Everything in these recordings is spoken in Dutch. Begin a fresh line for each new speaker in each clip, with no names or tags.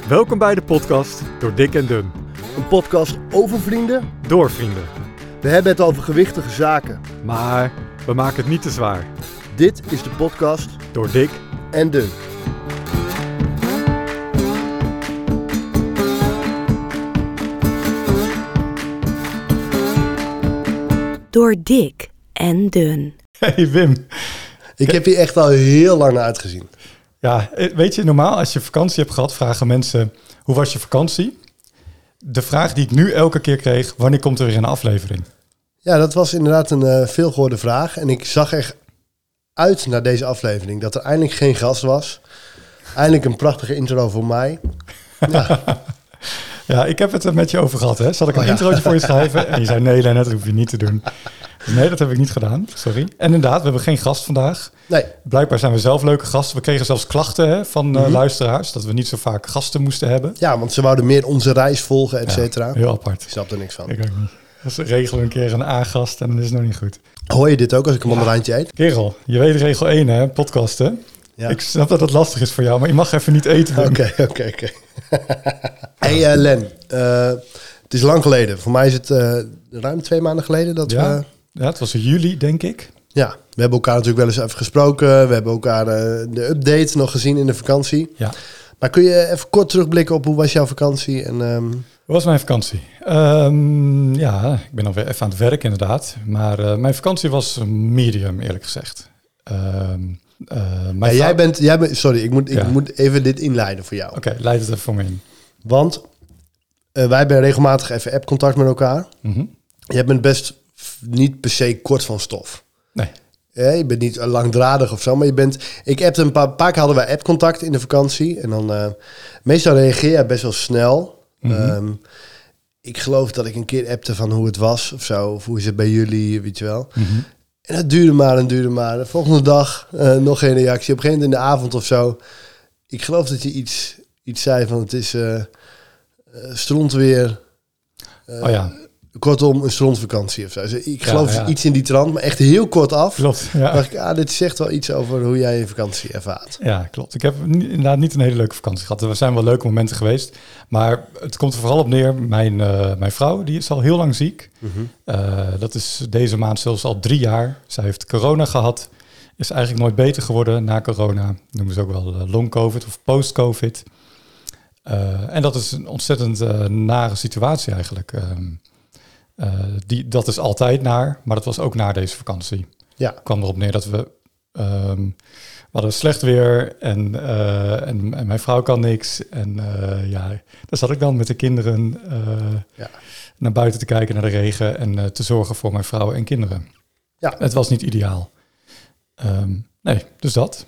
Welkom bij de podcast Door Dik en Dun.
Een podcast over vrienden.
Door vrienden.
We hebben het over gewichtige zaken.
Maar we maken het niet te zwaar.
Dit is de podcast
Door Dik
en Dun.
Door dik en dun.
Hey Wim.
Ik heb hier echt al heel lang naar uitgezien.
Ja, weet je, normaal als je vakantie hebt gehad, vragen mensen, hoe was je vakantie? De vraag die ik nu elke keer kreeg, wanneer komt er weer een aflevering?
Ja, dat was inderdaad een veelgehoorde vraag. En ik zag echt uit naar deze aflevering. Dat er eindelijk geen gast was. Eindelijk een prachtige intro voor mij. Ja.
Ja, ik heb het er met je over gehad, hè? Zal ik een introotje voor je schrijven? En je zei, nee Lennart, dat hoef je niet te doen. Dus nee, dat heb ik niet gedaan, sorry. En inderdaad, we hebben geen gast vandaag.
Nee.
Blijkbaar zijn we zelf leuke gasten. We kregen zelfs klachten van luisteraars, dat we niet zo vaak gasten moesten hebben.
Ja, want ze wouden meer onze reis volgen, et cetera.
Heel apart.
Ik snap er niks van.
Ik ook niet. Dus we regelen een keer een A-gast en dan is het nog niet goed.
Hoor je dit ook als ik een mandarijntje eet?
Kerel, je weet regel 1 hè, podcasten.
Ja.
Ik snap dat het lastig is voor jou, maar je mag even niet eten.
Oké. Hey Len, het is lang geleden. Voor mij is het ruim 2 maanden geleden dat
Ja.
we...
Ja, het was in juli, denk ik.
Ja, we hebben elkaar natuurlijk wel eens even gesproken. We hebben elkaar de update nog gezien in de vakantie.
Ja.
Maar kun je even kort terugblikken op hoe was jouw vakantie? En,
Hoe was mijn vakantie? Ja, ik ben alweer even aan het werk inderdaad. Maar mijn vakantie was medium, eerlijk gezegd.
jij bent, sorry, ik moet even dit inleiden voor jou.
Oké, leid het even voor me in.
Want wij hebben regelmatig even app-contact met elkaar.
Mm-hmm.
Jij bent best niet per se kort van stof.
Nee.
Je bent niet langdradig of zo, maar je bent... Ik appte een paar keer hadden wij app-contact in de vakantie. En dan meestal reageer je best wel snel.
Mm-hmm.
Ik geloof dat ik een keer appte van hoe het was of zo. Of hoe is het bij jullie, weet je wel.
Mm-hmm.
En dat duurde maar. De volgende dag nog geen reactie. Op een gegeven moment in de avond of zo. Ik geloof dat je iets zei van het is strontweer.
Oh ja.
Kortom, een strontvakantie of zo. Dus ik geloof
Ja.
iets in die trant, maar echt heel kort af.
Klopt, ja.
Dacht ik, dit zegt wel iets over hoe jij je vakantie ervaart.
Ja, klopt. Ik heb inderdaad niet een hele leuke vakantie gehad. Er zijn wel leuke momenten geweest. Maar het komt er vooral op neer. Mijn vrouw, die is al heel lang ziek.
Mm-hmm.
Dat is deze maand zelfs al 3 jaar. Zij heeft corona gehad. Is eigenlijk nooit beter geworden na corona. Noemen ze ook wel long-covid of post-covid. En dat is een ontzettend nare situatie eigenlijk. Dat is altijd naar, maar dat was ook na deze vakantie.
Ja.
Het kwam erop neer dat we hadden slecht weer en mijn vrouw kan niks. En daar zat ik dan met de kinderen naar buiten te kijken naar de regen en te zorgen voor mijn vrouw en kinderen. Ja. Het was niet ideaal. Nee, dus dat.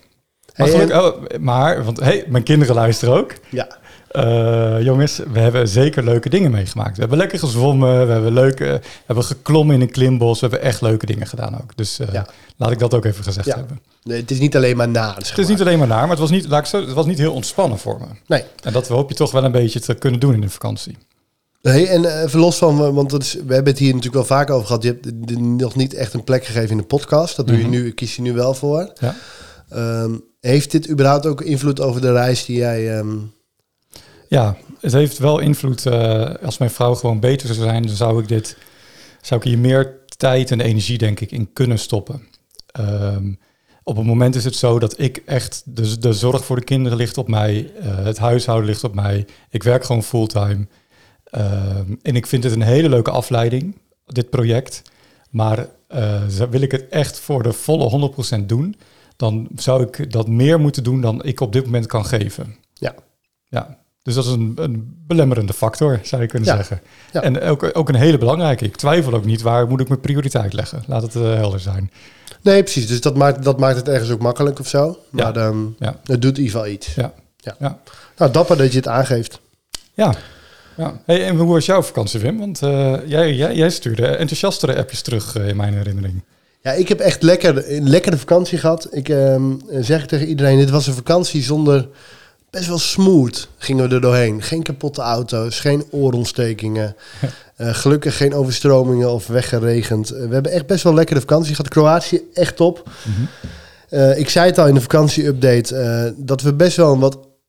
Maar, want mijn kinderen luisteren ook. Ja. Jongens, we hebben zeker leuke dingen meegemaakt. We hebben lekker gezwommen, we hebben geklommen in een klimbos. We hebben echt leuke dingen gedaan ook. Dus laat ik dat ook even gezegd hebben.
Nee, het is niet alleen maar naar.
Het is niet alleen maar naar, maar het was niet heel ontspannen voor me. Nee. En dat hoop je toch wel een beetje te kunnen doen in de vakantie.
Hey, en even los van, want we hebben het hier natuurlijk wel vaak over gehad. Je hebt nog niet echt een plek gegeven in de podcast. Dat doe je nu, kies je nu wel voor. Ja. Heeft dit überhaupt ook invloed over de reis die jij...
Ja, het heeft wel invloed. Als mijn vrouw gewoon beter zou zijn, dan zou ik hier meer tijd en energie, denk ik, in kunnen stoppen. Op het moment is het zo dat ik echt... De zorg voor de kinderen ligt op mij. Het huishouden ligt op mij. Ik werk gewoon fulltime. En ik vind het een hele leuke afleiding, dit project. Maar wil ik het echt voor de volle 100% doen... dan zou ik dat meer moeten doen dan ik op dit moment kan geven. Ja. Dus dat is een belemmerende factor, zou je kunnen zeggen. Ja. En ook een hele belangrijke. Ik twijfel ook niet, waar moet ik mijn prioriteit leggen? Laat het helder zijn.
Nee, precies. Dus dat maakt het ergens ook makkelijk of zo. Maar het doet in ieder geval iets. Ja. Nou, dapper dat je het aangeeft.
Ja. Hey, en hoe was jouw vakantie, Wim? Want jij stuurde enthousiastere appjes terug in mijn herinnering.
Ja, ik heb echt een lekkere vakantie gehad. Ik zeg tegen iedereen, dit was een vakantie zonder... Best wel smooth gingen we er doorheen. Geen kapotte auto's, geen oorontstekingen. Gelukkig geen overstromingen of weggeregend. We hebben echt best wel lekkere vakantie gehad. Kroatië, echt top. Mm-hmm. Ik zei het al in de vakantie-update... dat we best wel een wat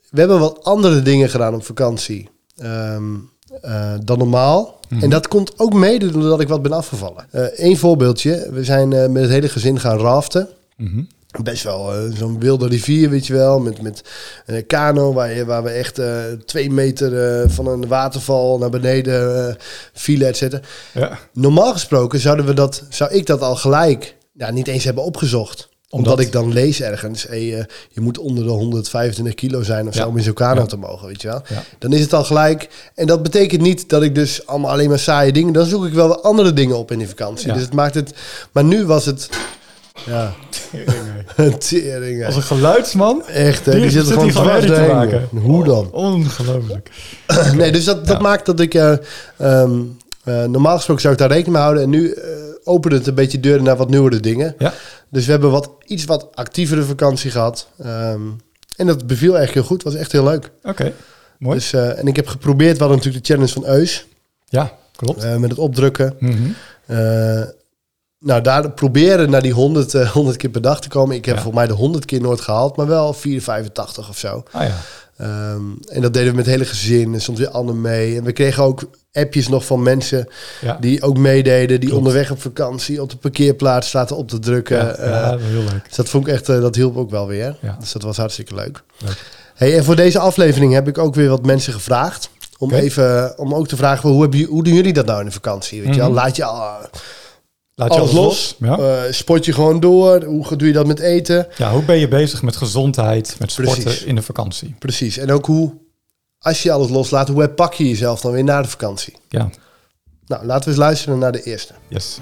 we hebben wat andere dingen gedaan op vakantie dan normaal.
Mhm.
En dat komt ook mede doordat ik wat ben afgevallen. Eén voorbeeldje. We zijn met het hele gezin gaan raften.
Mhm.
Best wel zo'n wilde rivier, weet je wel. Met een kano waar we echt 2 meter van een waterval naar beneden vielen, et cetera.
Ja.
Normaal gesproken zou ik dat al gelijk niet eens hebben opgezocht. Omdat ik dan lees ergens, je moet onder de 125 kilo zijn of zo om in zo'n kano te mogen, weet je wel. Ja. Dan is het al gelijk. En dat betekent niet dat ik dus alleen maar saaie dingen... Dan zoek ik wel wat andere dingen op in die vakantie. Ja. Dus het maakt het... Maar nu was het... Ja. Teringen.
Als een geluidsman.
Echt, hè? Die zit er gewoon dwars te maken. Hoe dan?
Ongelooflijk.
Nee, dus dat maakt dat ik... normaal gesproken zou ik daar rekening mee houden. En nu opent het een beetje deuren naar wat nieuwere dingen. Ja. Dus we hebben iets wat actievere vakantie gehad. En dat beviel eigenlijk heel goed. Was echt heel leuk.
Oké, mooi.
Dus, en ik heb geprobeerd, we hadden natuurlijk de challenge van Eus.
Ja, klopt.
Met het opdrukken.
Mm-hmm.
Daar proberen naar die 100 keer per dag te komen. Ik heb volgens mij de 100 keer nooit gehaald, maar wel 485 of zo.
Ah ja.
En dat deden we met het hele gezin. Er stond weer Anne mee. En we kregen ook appjes nog van mensen die ook meededen. Die onderweg op vakantie op de parkeerplaats zaten op te drukken.
Ja, heel leuk.
Dus dat vond ik echt, dat hielp ook wel weer.
Ja.
Dus dat was hartstikke leuk. Hey, en voor deze aflevering heb ik ook weer wat mensen gevraagd. Om ook te vragen, hoe doen jullie dat nou in de vakantie? Weet je wel? Laat je alles los. Ja. Sport je gewoon door. Hoe doe je dat met eten?
Ja, hoe ben je bezig met gezondheid, met sporten in de vakantie?
Precies. En ook als je alles loslaat, hoe pak je jezelf dan weer na de vakantie?
Ja.
Nou, laten we eens luisteren naar de eerste.
Yes.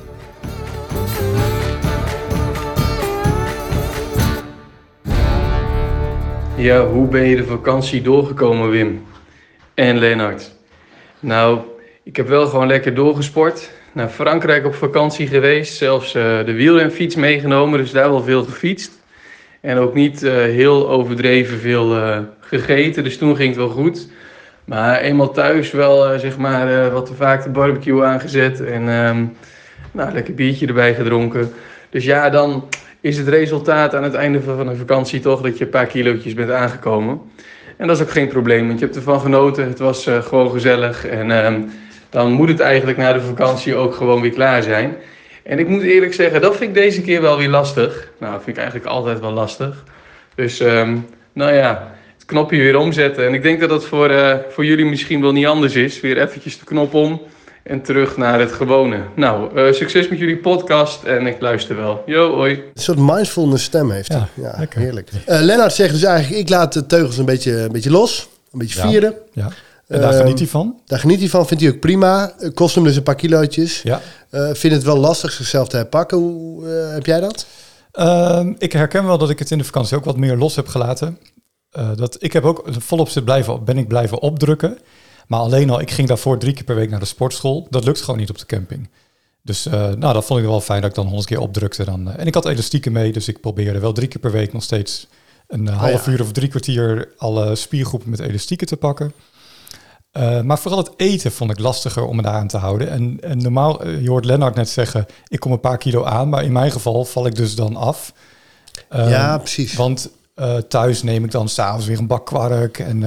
Ja, hoe ben je de vakantie doorgekomen, Wim? En Lennart? Nou, ik heb wel gewoon lekker doorgesport. Naar Frankrijk op vakantie geweest. Zelfs de wielrenfiets meegenomen, dus daar wel veel gefietst. En ook niet heel overdreven veel gegeten, dus toen ging het wel goed. Maar eenmaal thuis wel, wat te vaak de barbecue aangezet. En lekker biertje erbij gedronken. Dus ja, dan is het resultaat aan het einde van een vakantie toch dat je een paar kilootjes bent aangekomen. En dat is ook geen probleem, want je hebt ervan genoten. Het was gewoon gezellig en dan moet het eigenlijk na de vakantie ook gewoon weer klaar zijn. En ik moet eerlijk zeggen, dat vind ik deze keer wel weer lastig. Nou, dat vind ik eigenlijk altijd wel lastig. Dus het knopje weer omzetten. En ik denk dat dat voor jullie misschien wel niet anders is. Weer eventjes de knop om en terug naar het gewone. Nou, succes met jullie podcast en ik luister wel. Yo, hoi.
Een soort mindfulness stem heeft hij. Ja, heerlijk. Lennart zegt dus eigenlijk, ik laat de teugels een beetje los. Een beetje vieren.
Ja. En daar geniet hij van?
Daar geniet hij van, vindt hij ook prima. Kost hem dus een paar kilootjes. Ja. Vindt het wel lastig zichzelf te herpakken. Hoe heb jij dat?
Ik herken wel dat ik het in de vakantie ook wat meer los heb gelaten. Ik heb ook volop ben ik blijven opdrukken. Maar alleen al, ik ging daarvoor 3 keer per week naar de sportschool. Dat lukt gewoon niet op de camping. Dus dat vond ik wel fijn dat ik dan 100 keer opdrukte. En ik had elastieken mee, dus ik probeerde wel 3 keer per week nog steeds een half uur of 3 kwartier alle spiergroepen met elastieken te pakken. Maar vooral het eten vond ik lastiger om me daaraan te houden. En normaal, je hoort Lennart net zeggen, ik kom een paar kilo aan. Maar in mijn geval val ik dus dan af.
Ja, precies.
Want thuis neem ik dan 's avonds weer een bak kwark. En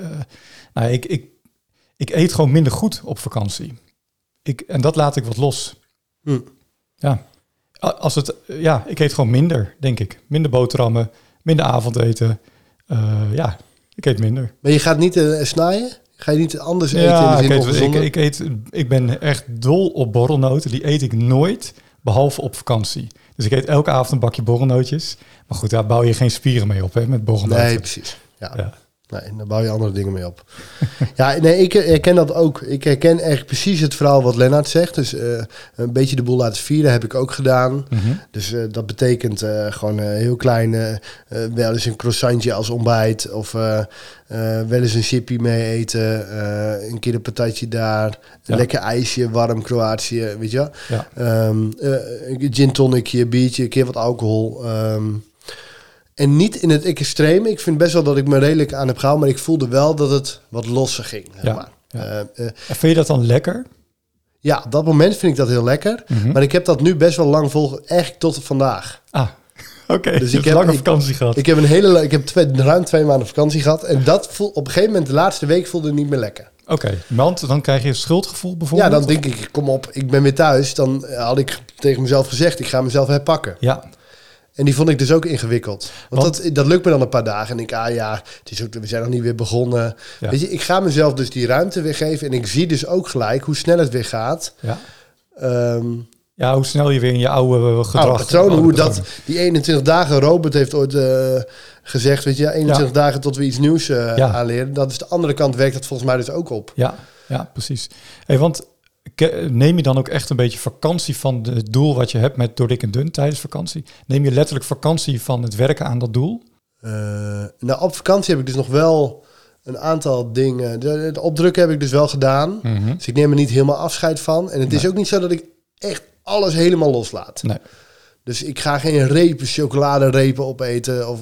ik eet gewoon minder goed op vakantie. En dat laat ik wat los. Ja. Ik eet gewoon minder, denk ik. Minder boterhammen, minder avondeten. Ik eet minder.
Maar je gaat niet snijden? Ga je niet anders eten?
Ik ben echt dol op borrelnoten. Die eet ik nooit, behalve op vakantie. Dus ik eet elke avond een bakje borrelnootjes. Maar goed, daar bouw je geen spieren mee op, hè, met borrelnoten.
Nee, precies. Ja. Nee, daar bouw je andere dingen mee op. Ik herken dat ook. Ik herken echt precies het verhaal wat Lennart zegt. Dus een beetje de boel laten vieren heb ik ook gedaan. Mm-hmm. Dus dat betekent gewoon heel klein, wel eens een croissantje als ontbijt. Of wel eens een chippy mee eten. Een keer een patatje daar. Een lekker ijsje, warm Kroatië, weet je wel. Ja. Gin tonicje, biertje, een keer wat alcohol. En niet in het extreme. Ik vind best wel dat ik me redelijk aan heb gehouden. Maar ik voelde wel dat het wat losser ging.
Vind je dat dan lekker?
Ja, op dat moment vind ik dat heel lekker. Mm-hmm. Maar ik heb dat nu best wel lang volgen. Echt tot vandaag.
Oké,
Dus
ik heb lange vakantie gehad.
Ik heb ruim 2 maanden vakantie gehad. En dat op een gegeven moment, de laatste week, voelde het niet meer lekker.
Oké, want dan krijg je een schuldgevoel bijvoorbeeld?
Ja, dan denk ik, kom op, ik ben weer thuis. Dan had ik tegen mezelf gezegd, ik ga mezelf herpakken.
Ja.
En die vond ik dus ook ingewikkeld. Want dat lukt me dan een paar dagen. En ik, het is ook, we zijn nog niet weer begonnen.
Ja.
Weet je, ik ga mezelf dus die ruimte weer geven. En ik zie dus ook gelijk hoe snel het weer gaat.
Ja. Ja, hoe snel je weer in je oude gedrag...
patronen, hoe dat... Die 21 dagen, Robert heeft ooit gezegd, weet je, 21 dagen tot we iets nieuws aanleren. Dat is de andere kant, werkt dat volgens mij dus ook op.
Ja, precies. Hey, want neem je dan ook echt een beetje vakantie van het doel wat je hebt met Door Dik en Dun tijdens vakantie? Neem je letterlijk vakantie van het werken aan dat doel?
Op vakantie heb ik dus nog wel een aantal dingen... Het opdrukken heb ik dus wel gedaan.
Mm-hmm.
Dus ik neem er niet helemaal afscheid van. En het is ook niet zo dat ik echt alles helemaal loslaat.
Nee.
Dus ik ga geen chocoladerepen opeten.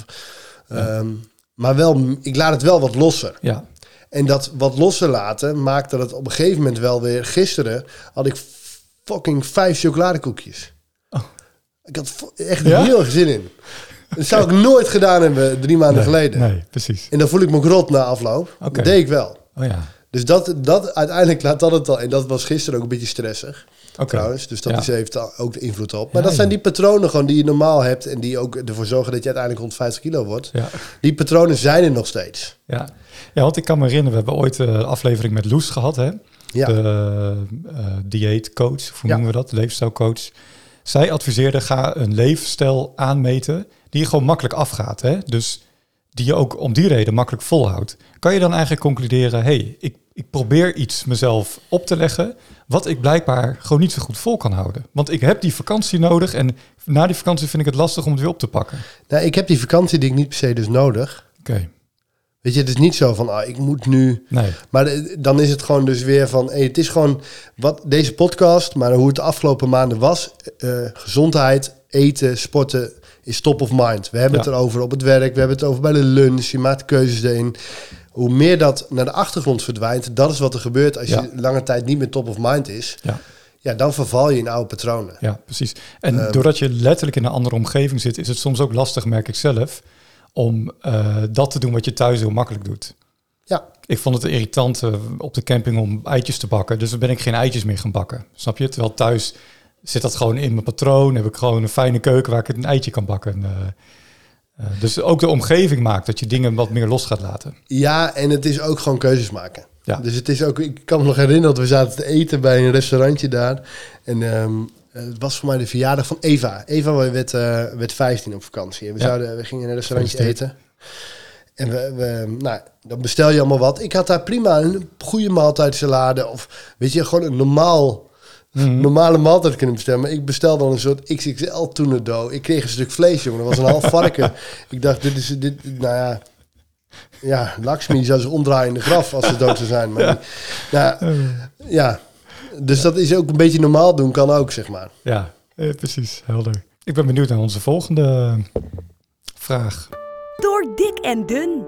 Maar wel, ik laat het wel wat losser.
Ja.
En dat wat losser laten maakt dat het op een gegeven moment wel weer... Gisteren had ik fucking 5 chocoladekoekjes.
Oh.
Ik had echt heel erg zin in. Dat zou ik nooit gedaan hebben 3 maanden geleden.
Nee, precies.
En dan voel ik me rot na afloop.
Okay.
Dat deed ik wel.
Oh ja.
Dus dat uiteindelijk laat dat het al... En dat was gisteren ook een beetje stressig. Trouwens. Dus dat heeft ook de invloed op. Maar dat zijn die patronen gewoon die je normaal hebt... en die ook ervoor zorgen dat je uiteindelijk rond 50 kilo wordt. Ja. Die patronen zijn er nog steeds.
Ja, want ik kan me herinneren... we hebben ooit een aflevering met Loes gehad, hè? Ja. De dieetcoach, hoe noemen we dat? Leefstijlcoach. Zij adviseerde, ga een leefstijl aanmeten... die je gewoon makkelijk afgaat, hè? Dus die je ook om die reden makkelijk volhoudt. Kan je dan eigenlijk concluderen... hey, ik probeer iets mezelf op te leggen... wat ik blijkbaar gewoon niet zo goed vol kan houden. Want ik heb die vakantie nodig... en na die vakantie vind ik het lastig om het weer op te pakken.
Nou, ik heb die vakantie die ik niet per se dus nodig.
Oké.
Weet je, het is niet zo van, ik moet nu...
Nee.
Maar dan is het gewoon dus weer van... het is gewoon wat deze podcast... maar hoe het de afgelopen maanden was... gezondheid, eten, sporten... is top of mind. We hebben het erover op het werk. We hebben het over bij de lunch. Je maakt keuzes erin. Hoe meer dat naar de achtergrond verdwijnt... dat is wat er gebeurt als je lange tijd niet meer top of mind is... Ja, dan verval je in oude patronen.
Ja, precies. En doordat je letterlijk in een andere omgeving zit... is het soms ook lastig, merk ik zelf... om dat te doen wat je thuis heel makkelijk doet.
Ja.
Ik vond het irritant op de camping om eitjes te bakken. Dus dan ben ik geen eitjes meer gaan bakken. Snap je? Terwijl thuis zit dat gewoon in mijn patroon. Heb ik gewoon een fijne keuken waar ik een eitje kan bakken. Dus ook de omgeving maakt dat je dingen wat meer los gaat laten.
Ja, en het is ook gewoon keuzes maken.
Ja.
Dus het is ook... Ik kan me nog herinneren dat we zaten te eten bij een restaurantje daar. En het was voor mij de verjaardag van Eva. Eva werd 15 op vakantie. En we gingen in een restaurantje eten. En dan bestel je allemaal wat. Ik had daar prima een goede maaltijdsalade. Of weet je, gewoon een normale maaltijd kunnen bestellen. Maar ik bestel dan een soort XXL tournedo. Ik kreeg een stuk vlees, jongen. Dat was een half varken. Ik dacht, ja, Lakshmi zou zich omdraaien in de graf als ze dood zou zijn. Maar dus dat is ook een beetje normaal doen, kan ook, zeg maar.
Ja, precies. Helder. Ik ben benieuwd naar onze volgende vraag.
Door Dik en Dun.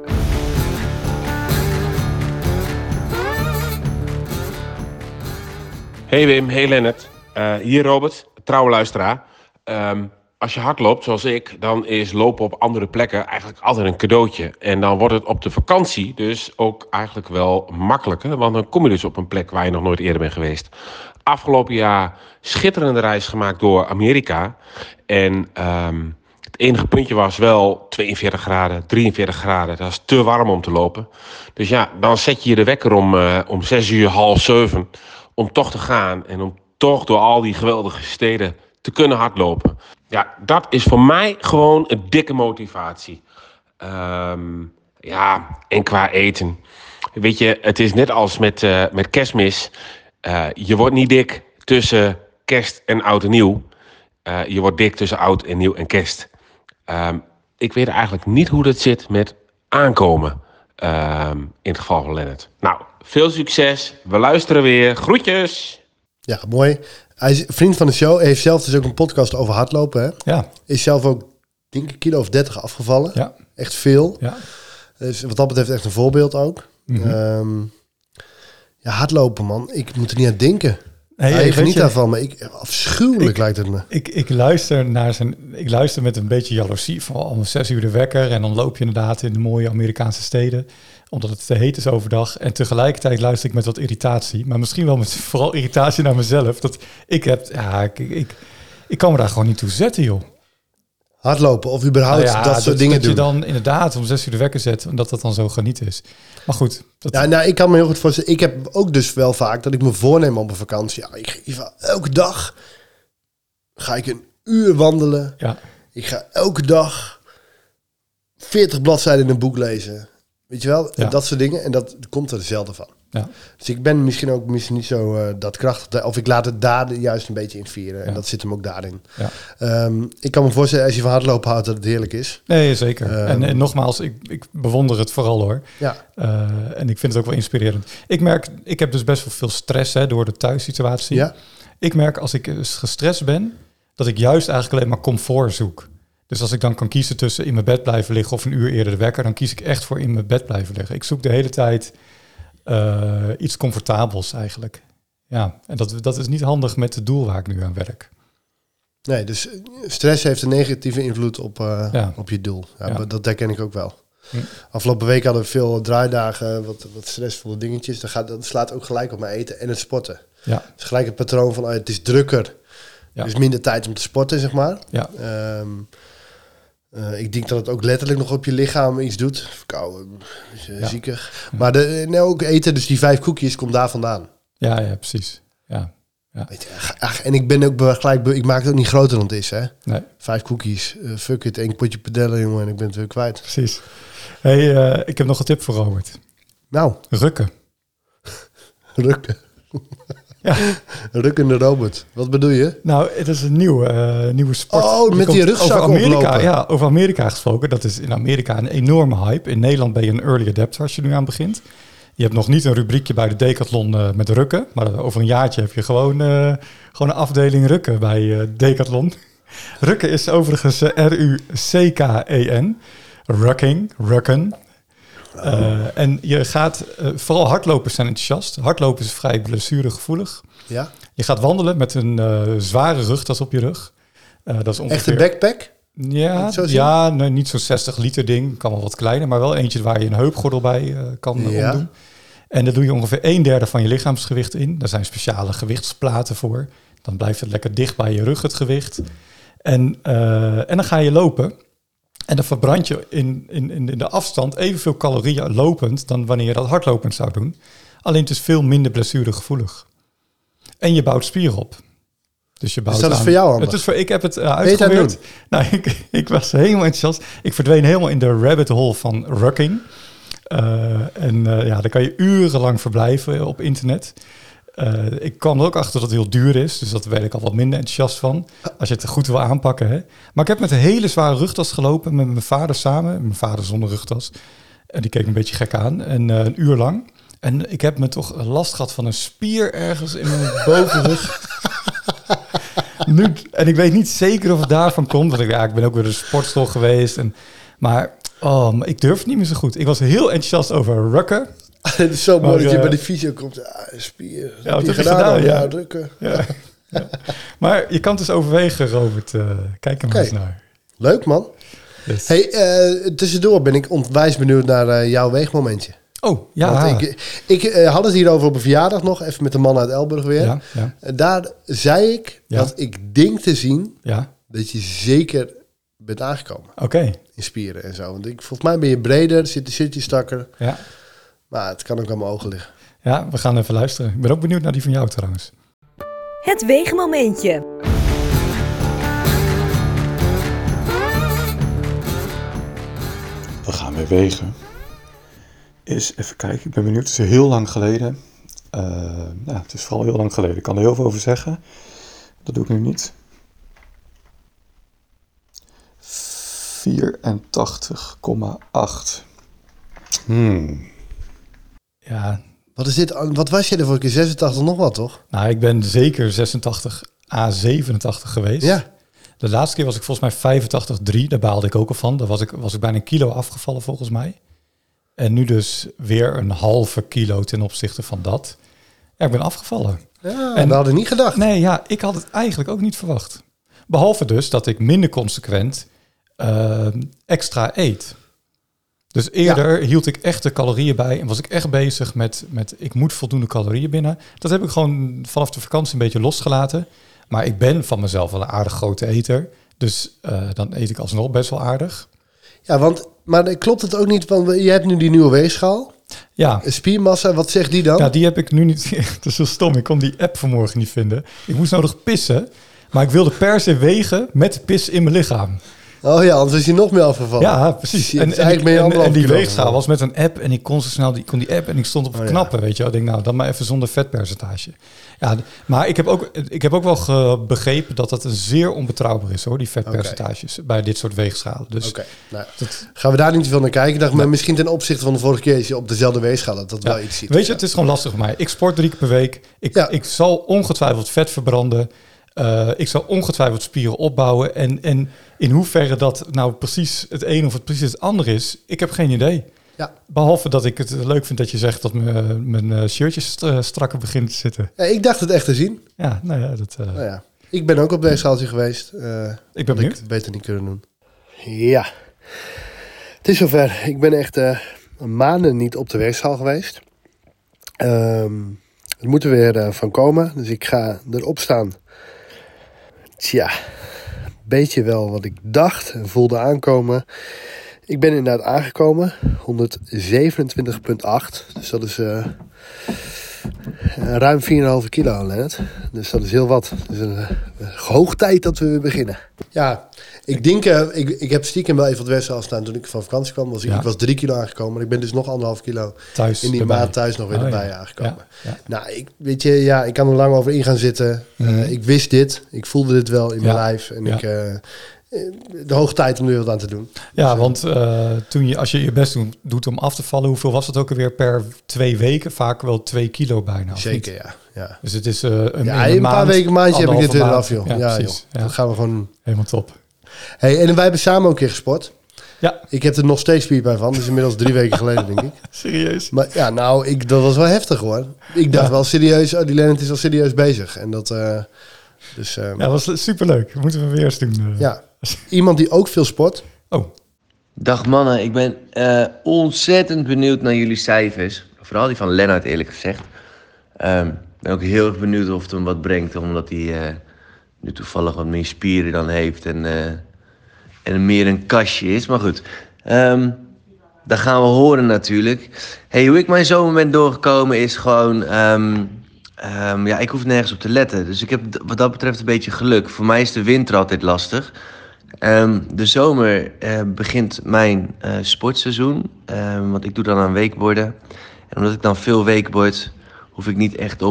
Hey Wim, hey Lennart. Hier Robert, trouwe luisteraar. Als je hard loopt, zoals ik, dan is lopen op andere plekken eigenlijk altijd een cadeautje. En dan wordt het op de vakantie dus ook eigenlijk wel makkelijker. Want dan kom je dus op een plek waar je nog nooit eerder bent geweest. Afgelopen jaar schitterende reis gemaakt door Amerika. En het enige puntje was wel 42 graden, 43 graden. Dat is te warm om te lopen. Dus ja, dan zet je de wekker om 6 uur, half 7... om toch te gaan en om toch door al die geweldige steden te kunnen hardlopen. Ja, dat is voor mij gewoon een dikke motivatie. En qua eten. Weet je, het is net als met kerstmis. Je wordt niet dik tussen kerst en oud en nieuw. Je wordt dik tussen oud en nieuw en kerst. Ik weet eigenlijk niet hoe dat zit met aankomen. In het geval van Lennart. Nou, veel succes. We luisteren weer. Groetjes.
Ja, mooi. Hij is vriend van de show. Hij heeft zelf dus ook een podcast over hardlopen. Hè?
Ja.
Is zelf ook, denk ik, 1,30 kilo afgevallen.
Ja.
Echt veel.
Ja.
Dus wat dat betreft echt een voorbeeld ook.
Mm-hmm.
Hardlopen, man. Ik moet er niet aan denken.
Hey,
Hij
weet
geniet
je,
daarvan, maar afschuwelijk lijkt het me.
Ik luister met een beetje jaloezie van om 6 uur de wekker. En dan loop je inderdaad in de mooie Amerikaanse steden. Omdat het te heet is overdag. En tegelijkertijd luister ik met wat irritatie. Maar misschien wel met vooral irritatie naar mezelf. Dat ik kan me daar gewoon niet toe zetten, joh.
Hardlopen of überhaupt dat soort dingen
dat
doen.
je dan inderdaad om 6 uur de wekker zet. En dat dan zo geniet is. Maar goed.
Ja, nou, ik kan me heel goed voorstellen. Ik heb ook dus wel vaak dat ik me voorneem op een vakantie. Ja, ik ga elke dag ga ik een uur wandelen.
Ja.
Ik ga elke dag 40 bladzijden in een boek lezen. Weet je wel?
Ja.
Dat soort dingen. En dat komt er zelden van.
Ja.
Dus ik ben misschien niet zo dat krachtig. Of ik laat het daar juist een beetje in vieren.
Ja.
En dat zit hem ook daarin.
Ja.
Ik kan me voorstellen als je van hardlopen houdt dat het heerlijk is.
Nee, zeker. En nogmaals, ik bewonder het vooral hoor.
Ja.
En ik vind het ook wel inspirerend. Ik heb dus best wel veel stress door de thuissituatie.
Ja.
Ik merk als ik gestrest ben, dat ik juist eigenlijk alleen maar comfort zoek. Dus als ik dan kan kiezen tussen in mijn bed blijven liggen of een uur eerder de wekker, dan kies ik echt voor in mijn bed blijven liggen. Ik zoek de hele tijd iets comfortabels eigenlijk. Ja, en dat is niet handig met het doel waar ik nu aan werk.
Nee, dus stress heeft een negatieve invloed op je doel. Ja,
Ja.
Dat herken ik ook wel.
Hm.
Afgelopen week hadden we veel draaidagen, wat stressvolle dingetjes. Dat slaat ook gelijk op mijn eten en het sporten.
Ja,
Het is gelijk het patroon van het is drukker.
Ja.
Dus minder tijd om te sporten, zeg maar.
ja,
Ik denk dat het ook letterlijk nog op je lichaam iets doet. Verkouden,
Ja.
ziekig. Maar ook eten, dus die 5 koekjes, komt daar vandaan.
ja, precies. Ja,
Weet je, en ik ben ook gelijk, ik maak het ook niet groter dan het is, hè.
nee,
5 koekjes, fuck it, 1 potje padellen, jongen, en ik ben het weer kwijt.
precies. Hey, ik heb nog een tip voor Robert.
Nou,
Rukken.
rukken.
Ja.
Rukkende Robert. Wat bedoel je?
Nou, het is een nieuwe sport.
Oh, met die
komt
rugzak
over Amerika,
oplopen.
ja, over Amerika gesproken. Dat is in Amerika een enorme hype. In Nederland ben je een early adapter als je nu aan begint. Je hebt nog niet een rubriekje bij de Decathlon met rukken. Maar over een jaartje heb je gewoon een afdeling rukken bij Decathlon. Rukken is overigens R-U-C-K-E-N. Rukken. En je gaat, vooral hardlopers zijn enthousiast. Hardlopen is vrij blessuregevoelig.
Ja?
Je gaat wandelen met een zware rugtas op je rug. Dat is ongeveer...
Echt een backpack?
Ja,
Zo zien?
ja, nee, niet zo'n 60 liter ding. Kan wel wat kleiner, maar wel eentje waar je een heupgordel bij kan omdoen. En daar doe je ongeveer 1/3 van je lichaamsgewicht in. Daar zijn speciale gewichtsplaten voor. Dan blijft het lekker dicht bij je rug, het gewicht. En dan ga je lopen. En dan verbrand je in de afstand evenveel calorieën lopend dan wanneer je dat hardlopend zou doen. Alleen het is veel minder blessuregevoelig. En je bouwt spier op. Dus je bouwt
dat is voor jou handig?
Het is ik heb het
Ben je het aan
uitgeprobeerd. Nou, ik was helemaal enthousiast. Ik verdween helemaal in de rabbit hole van rucking. Daar kan je urenlang verblijven op internet. Ik kwam er ook achter dat het heel duur is. Dus dat werd ik al wat minder enthousiast van. Als je het goed wil aanpakken. Hè. Maar ik heb met een hele zware rugtas gelopen. Met mijn vader samen. Mijn vader zonder rugtas. En die keek me een beetje gek aan. En een uur lang. En ik heb me toch last gehad van een spier ergens in mijn bovenrug. En ik weet niet zeker of het daarvan komt. Want ik ben ook weer de sportschool geweest. Maar ik durf het niet meer zo goed. Ik was heel enthousiast over rukken.
Het is zo mooi
Maar,
dat je bij de fysio komt. Spier.
Ja,
Heb
wat
je
heb je
gedaan?
gedaan?
Ja,
Ja.
drukken.
Ja. Ja. Maar je kan het dus overwegen, Robert. Kijk er maar eens naar.
Leuk, man.
Yes.
Hey, tussendoor ben ik onwijs benieuwd naar jouw weegmomentje.
Oh, ja.
Want ik had het hierover op een verjaardag nog, even met de man uit Elburg weer.
Ja, ja.
Daar zei ik
Ja.
dat ik denk te zien
Ja,
dat je zeker bent aangekomen
oké.
in spieren en zo. Want volgens mij ben je breder, zit je strakker.
Ja.
Maar het kan ook aan mijn ogen liggen.
Ja, we gaan even luisteren. Ik ben ook benieuwd naar die van jou trouwens.
Het weegmomentje.
We gaan weer wegen. Even kijken, ik ben benieuwd. Het is heel lang geleden. Het is vooral heel lang geleden. Ik kan er heel veel over zeggen. Dat doe ik nu niet. 84,8. Ja,
Wat is dit? Wat was je er voor een keer? 86 nog wat, toch?
nou, ik ben zeker 86 à 87 geweest.
Ja.
De laatste keer was ik volgens mij 85,3. Daar baalde ik ook al van. Daar was ik bijna 1 kilo afgevallen volgens mij. En nu dus weer een halve kilo ten opzichte van dat. Ja, ik ben afgevallen.
Ja,
En-
we hadden niet gedacht.
Nee, ja, ik had het eigenlijk ook niet verwacht. Behalve dus dat ik minder consequent extra eet. Dus eerder hield ik echt de calorieën bij en was ik echt bezig met ik moet voldoende calorieën binnen. Dat heb ik gewoon vanaf de vakantie een beetje losgelaten. Maar ik ben van mezelf wel een aardig grote eter. Dus dan eet ik alsnog best wel aardig.
Ja, maar klopt het ook niet? Want je hebt nu die nieuwe weegschaal.
Ja,
Spiermassa, wat zegt die dan?
ja, die heb ik nu niet. Dat is zo stom. Ik kon die app vanmorgen niet vinden. Ik moest nodig pissen. Maar ik wilde per se wegen met de pis in mijn lichaam.
Oh ja, anders is je nog meer afgevallen.
Ja, precies.
Shit,
En,
dus eigenlijk ben je
en
anderhalf
die
kilo
weegschaal
afgevallen.
was met een app en ik kon zo snel die app en ik stond op het
Oh, ja.
knappen, weet je wel. Ik denk, nou, dan maar even zonder vetpercentage. Ja, maar ik heb ook wel begrepen dat dat een zeer onbetrouwbaar is, hoor, die vetpercentages bij dit soort weegschalen. Dus
Oké, nou,
dat,
gaan we daar niet te veel naar kijken. Ik dacht, maar misschien ten opzichte van de vorige keer is je op dezelfde weegschaal dat wel iets ziet.
weet je, het is gewoon lastig voor mij. Ik sport 3 keer per week. Ik zal ongetwijfeld vet verbranden. Ik zal ongetwijfeld spieren opbouwen. En in hoeverre dat nou precies het een of het precies het ander is, ik heb geen idee.
Ja.
Behalve dat ik het leuk vind dat je zegt dat mijn shirtjes strakker begint te zitten.
Ja, ik dacht het echt te zien.
Ja, nou ja, dat...
Nou ja, ik ben ook op weegschaaltje geweest.
ik ben
had
benieuwd.
ik beter niet kunnen doen. Ja, het is zover. Ik ben echt maanden niet op de weegschaal geweest. Er moet er weer van komen. Dus ik ga erop staan. Tja, beetje wel wat ik dacht en voelde aankomen. Ik ben inderdaad aangekomen. 127,8. Dus dat is ruim 4,5 kilo, Lennart. Dus dat is heel wat. Dus hoog tijd dat we weer beginnen. Ja, ik denk, ik heb stiekem wel even op de weegschaal staan toen ik van vakantie kwam.
Ja.
Ik was 3 kilo aangekomen. Maar ik ben dus nog 1,5 kilo
Thuis
in die
erbij.
maand thuis nog weer
Oh,
erbij
ja.
aangekomen.
Ja.
Nou, ik kan er lang over in gaan zitten. Ik wist dit. Ik voelde dit wel in mijn lijf. En
Ja.
de hoge tijd om er weer wat aan te doen.
Ja, want als je je best doet om af te vallen, hoeveel was het ook alweer per 2 weken? Vaak wel 2 kilo bijna. of
Zeker,
niet?
ja.
Dus het is
Een paar weken, maandje heb ik dit weer af, joh. Ja,
precies.
joh. Dat gaan we gewoon doen.
Helemaal top.
Hey, en wij hebben samen ook een keer gesport.
Ja,
Ik heb er nog steeds spierpijn van. Dus inmiddels 3 weken geleden, denk ik.
serieus.
Maar ja, nou, dat was wel heftig, hoor. Ik dacht wel serieus, die Lennart is al serieus bezig. En dat...
Ja, dat was superleuk. Moeten we weer eens doen.
ja. Iemand die ook veel sport.
Oh,
Dag mannen, ik ben ontzettend benieuwd naar jullie cijfers. Vooral die van Lennart, eerlijk gezegd. Ik ben ook heel erg benieuwd of het hem wat brengt, omdat hij nu toevallig wat meer spieren dan heeft en meer een kastje is. Maar goed, dat gaan we horen natuurlijk. Hey, hoe ik mijn zomer ben doorgekomen is gewoon... ja, ik hoef nergens op te letten. Dus ik heb wat dat betreft een beetje geluk. Voor mij is de winter altijd lastig. De zomer begint mijn sportseizoen. Want ik doe dan aan wakeboarden. En omdat ik dan veel wakeboard, hoef ik niet echt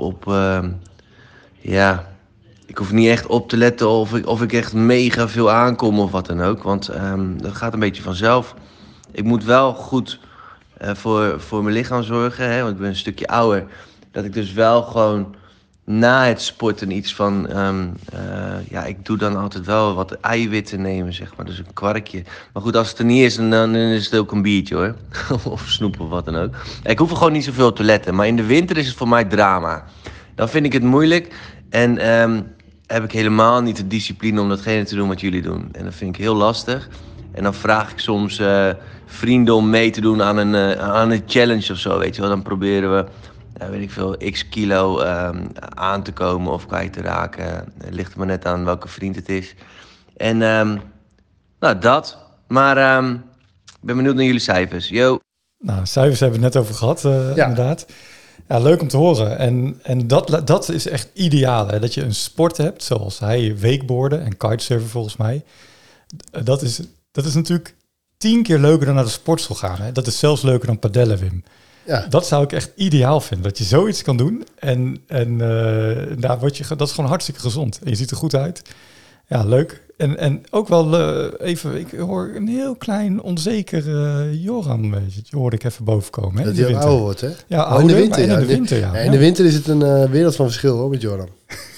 ja, ik hoef niet echt op te letten of ik echt mega veel aankom of wat dan ook. Want dat gaat een beetje vanzelf. Ik moet wel goed voor mijn lichaam zorgen, hè, want ik ben een stukje ouder. Dat ik dus wel gewoon na het sporten iets van... ja, ik doe dan altijd wel wat eiwitten nemen, zeg maar. Dus een kwarkje. Maar goed, als het er niet is, dan is het ook een biertje, hoor. Of snoep of wat dan ook. Ik hoef er gewoon niet zoveel op te letten. Maar in de winter is het voor mij drama. Dan vind ik het moeilijk. En heb ik helemaal niet de discipline om datgene te doen wat jullie doen. En dat vind ik heel lastig. En dan vraag ik soms vrienden om mee te doen aan een challenge of zo, weet je wel. Dan proberen we... weet ik veel, x kilo aan te komen of kwijt te raken. Het ligt er maar net aan welke vriend het is. En nou, dat. Maar ik ben benieuwd naar jullie cijfers. Yo.
nou, cijfers hebben we het net over gehad, inderdaad. Ja, leuk om te horen. En dat is echt ideaal, hè? Dat je een sport hebt, zoals hij wakeboarden en kitesurfen volgens mij. Dat is natuurlijk 10 keer leuker dan naar de sportschool gaan. Hè? Dat is zelfs leuker dan padellen, Wim.
Ja.
Dat zou ik echt ideaal vinden, dat je zoiets kan doen. En daar dat is gewoon hartstikke gezond. En je ziet er goed uit. Ja, leuk. En ook wel even, ik hoor een heel klein onzeker Joran, hoorde ik even bovenkomen. Hè,
Dat
in de
hij ook
winter.
ouder wordt, hè?
Ja,
Oh, in de
ouder,
winter,
maar
ja.
in de winter, ja.
Ja, in de winter is het een wereld van verschil, hoor, met Jordan.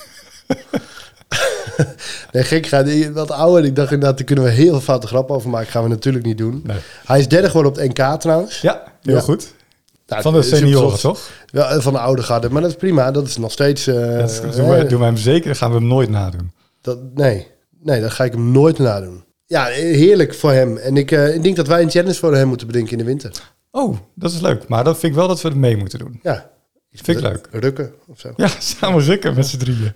Nee, gek, gaat wat ouder. Ik dacht inderdaad, daar kunnen we heel veel foute grappen over maken. Gaan we natuurlijk niet doen.
Nee.
Hij is derde geworden op het NK trouwens.
Ja, heel
Ja.
goed.
Nou,
Van de senioren,
Supersoft,
toch?
Wel, van de oude garde, maar dat is prima. Dat is nog steeds...
Doen wij hem zeker, gaan we hem nooit nadoen.
Nee, dat ga ik hem nooit nadoen. Ja, heerlijk voor hem. En ik denk dat wij een challenge voor hem moeten bedenken in de winter.
Oh, dat is leuk. Maar dat vind ik wel dat we er mee moeten doen.
Ja.
Vind ik leuk.
Rukken of zo.
Ja, samen rukken met z'n drieën.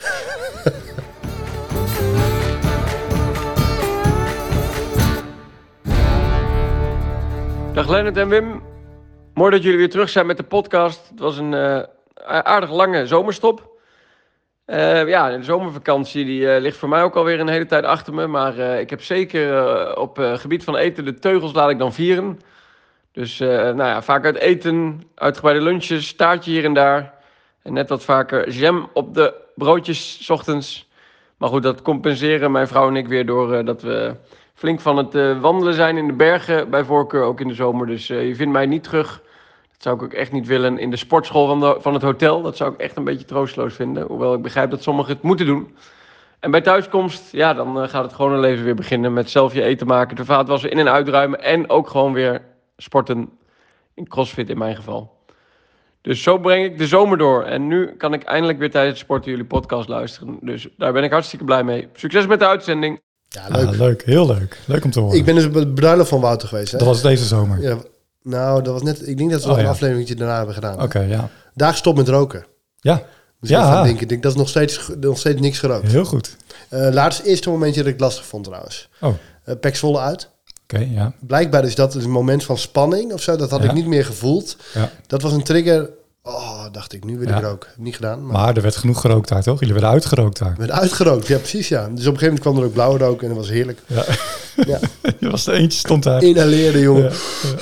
Dag Lennart en Wim. Mooi dat jullie weer terug zijn met de podcast. Het was een aardig lange zomerstop. De zomervakantie die ligt voor mij ook alweer een hele tijd achter me. Maar ik heb zeker op gebied van eten de teugels laat ik dan vieren. Dus vaak uit eten, uitgebreide lunches, taartje hier en daar. En net wat vaker jam op de broodjes 's ochtends. Maar goed, dat compenseren mijn vrouw en ik weer door dat we flink van het wandelen zijn in de bergen. Bij voorkeur ook in de zomer. Dus je vindt mij niet terug. Dat zou ik ook echt niet willen in de sportschool van het hotel. Dat zou ik echt een beetje troosteloos vinden. Hoewel ik begrijp dat sommigen het moeten doen. En bij thuiskomst, ja, dan gaat het gewone leven weer beginnen. Met zelf je eten maken, de vaatwasser in- en uitruimen. En ook gewoon weer sporten. In CrossFit in mijn geval. Dus zo breng ik de zomer door. En nu kan ik eindelijk weer tijdens het sporten jullie podcast luisteren. Dus daar ben ik hartstikke blij mee. Succes met de uitzending.
Ja, leuk.
Leuk, heel leuk. Leuk om te horen.
Ik ben dus op het bruiloft van Wouter geweest. Hè?
Dat was deze zomer.
Ja, nou, dat was net... Ik denk dat we nog een afleveringetje daarna hebben gedaan.
Oké, ja.
Daar gestopt met roken.
Ja.
Dus ik ga denken, ik denk dat is nog steeds niks gerookt.
Heel goed.
Laatst eerste momentje dat ik lastig vond trouwens.
Oh.
Pek Zwolle uit.
Oké, ja.
Blijkbaar is dat een moment van spanning of zo. Dat had ik niet meer gevoeld.
Ja.
Dat was een trigger. Oh, dacht ik, nu wil ik roken. Heb ik niet gedaan.
Maar er werd genoeg gerookt daar, toch? Jullie werden uitgerookt daar.
Ik werd uitgerookt, ja precies, ja. Dus op een gegeven moment kwam er ook blauwe rook en dat was heerlijk.
Ja.
Ja.
Je was er eentje, stond daar.
Inhaleerde, jongen.
Ja.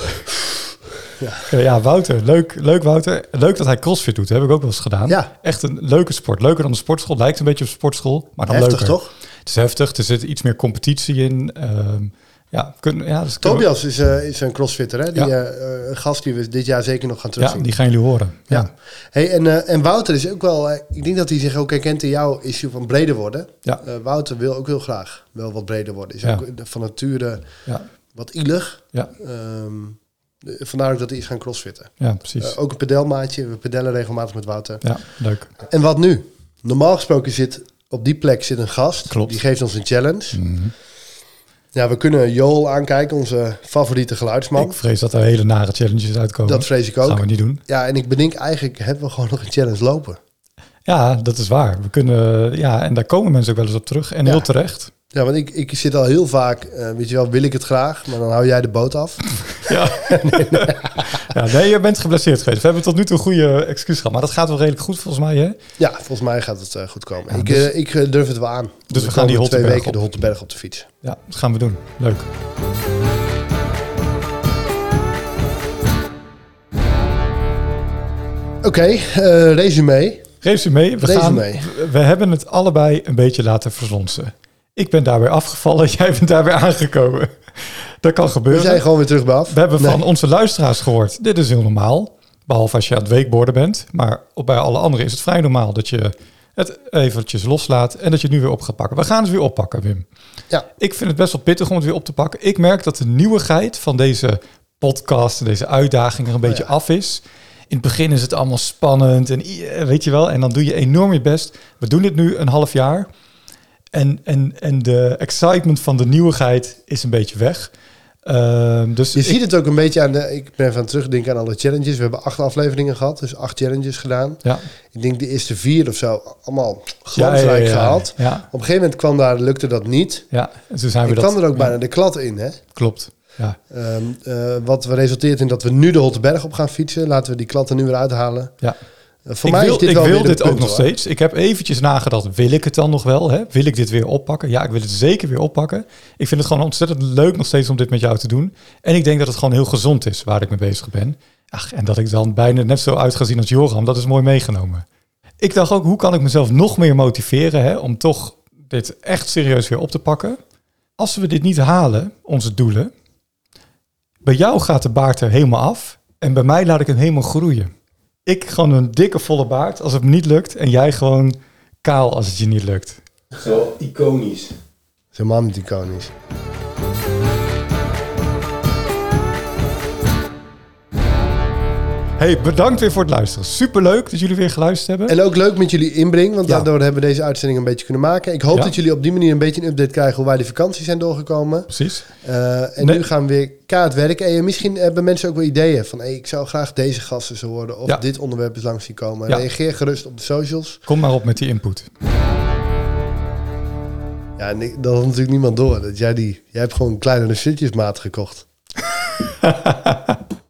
Ja, Wouter. Leuk Wouter. Leuk dat hij CrossFit doet. Dat heb ik ook wel eens gedaan.
Ja.
Echt een leuke sport. Leuker dan de sportschool. Lijkt een beetje op sportschool, maar dan
Heftig,
leuker.
toch?
Het is heftig. Er zit iets meer competitie in. Dus
Tobias is een crossfitter, hè? Een gast die we dit jaar zeker nog gaan terugzien.
Ja, die gaan jullie horen. Ja.
Hey, en Wouter is ook wel... ik denk dat hij zich ook herkent in jouw issue van breder worden.
Ja.
Wouter wil ook heel graag wel wat breder worden. Is ook van nature wat ielig.
Ja.
Vandaar ook dat hij is gaan crossfitten.
Ja, precies.
Ook een pedelmaatje. We pedellen regelmatig met Wouter.
Ja, leuk.
En wat nu? Normaal gesproken zit op die plek een gast.
Klopt.
Die geeft ons een challenge.
Mm-hmm.
Ja, we kunnen Joel aankijken, onze favoriete geluidsman.
Ik vrees dat er hele nare challenges uitkomen.
Dat vrees ik ook.
Gaan we niet doen.
Ja, en ik bedenk eigenlijk, hebben we gewoon nog een challenge lopen.
Ja, dat is waar. We kunnen, en daar komen mensen ook wel eens op terug. En heel terecht.
Ja, want ik zit al heel vaak, weet je wel, wil ik het graag, maar dan hou jij de boot af.
Ja. Nee, je bent geblesseerd geweest. We hebben tot nu toe een goede excuus gehad. Maar dat gaat wel redelijk goed volgens mij, hè?
Ja, volgens mij gaat het goed komen.
Ja,
ik durf het wel aan.
Dus we gaan die
2
Holteberg
weken
op.
de Holteberg op de fiets.
Ja, dat gaan we doen. Leuk.
Oké, resume.
We hebben het allebei een beetje laten verslonsen. Ik ben daar weer afgevallen, jij bent daar weer aangekomen. Dat kan gebeuren.
We zijn gewoon weer terug bij af.
We hebben van onze luisteraars gehoord, dit is heel normaal. Behalve als je aan het weekborden bent. Maar bij alle anderen is het vrij normaal dat je het eventjes loslaat en dat je het nu weer op gaat pakken. We gaan het weer oppakken, Wim.
Ja.
Ik vind het best wel pittig om het weer op te pakken. Ik merk dat de nieuwigheid van deze podcast en deze uitdaging er een beetje af is. In het begin is het allemaal spannend en weet je wel. En dan doe je enorm je best. We doen dit nu een half jaar. En de excitement van de nieuwigheid is een beetje weg. Dus
je ziet het ook een beetje aan ik ben even aan het terugdenken aan alle challenges. We hebben 8 afleveringen gehad, dus 8 challenges gedaan.
Ja.
Ik denk de eerste 4 of zo allemaal glansrijk gehaald.
Ja.
Op een gegeven moment lukte dat niet.
Ja, en zo zijn we
kwam er ook bijna de klad in, hè?
Klopt. Ja.
Wat resulteert in dat we nu de Holteberg op gaan fietsen. Laten we die klat er nu weer uithalen.
Ja.
Voor mij is dit wel
wil dit
punt,
ook nog steeds. Ik heb eventjes nagedacht, wil ik het dan nog wel? Hè? Wil ik dit weer oppakken? Ja, ik wil het zeker weer oppakken. Ik vind het gewoon ontzettend leuk nog steeds om dit met jou te doen. En ik denk dat het gewoon heel gezond is waar ik mee bezig ben. Ach, en dat ik dan bijna net zo uit ga zien als Joram, dat is mooi meegenomen. Ik dacht ook, hoe kan ik mezelf nog meer motiveren om toch dit echt serieus weer op te pakken? Als we dit niet halen, onze doelen, bij jou gaat de baard er helemaal af en bij mij laat ik hem helemaal groeien. Ik gewoon een dikke volle baard als het me niet lukt. En jij gewoon kaal als het je niet lukt.
Zo iconisch. Helemaal niet iconisch.
Hey, bedankt weer voor het luisteren. Superleuk dat jullie weer geluisterd hebben.
En ook leuk met jullie inbreng, want daardoor hebben we deze uitzending een beetje kunnen maken. Ik hoop dat jullie op die manier een beetje een update krijgen hoe wij de vakantie zijn doorgekomen.
Precies.
Nu gaan we weer kaart werken. En misschien hebben mensen ook wel ideeën van, ik zou graag deze gasten zo worden of dit onderwerp is langs zien komen.
Ja.
Reageer gerust op de socials.
Kom maar op met die input.
Ja, dat had natuurlijk niemand door. Dat jij hebt gewoon een kleinere shirtjesmaat gekocht.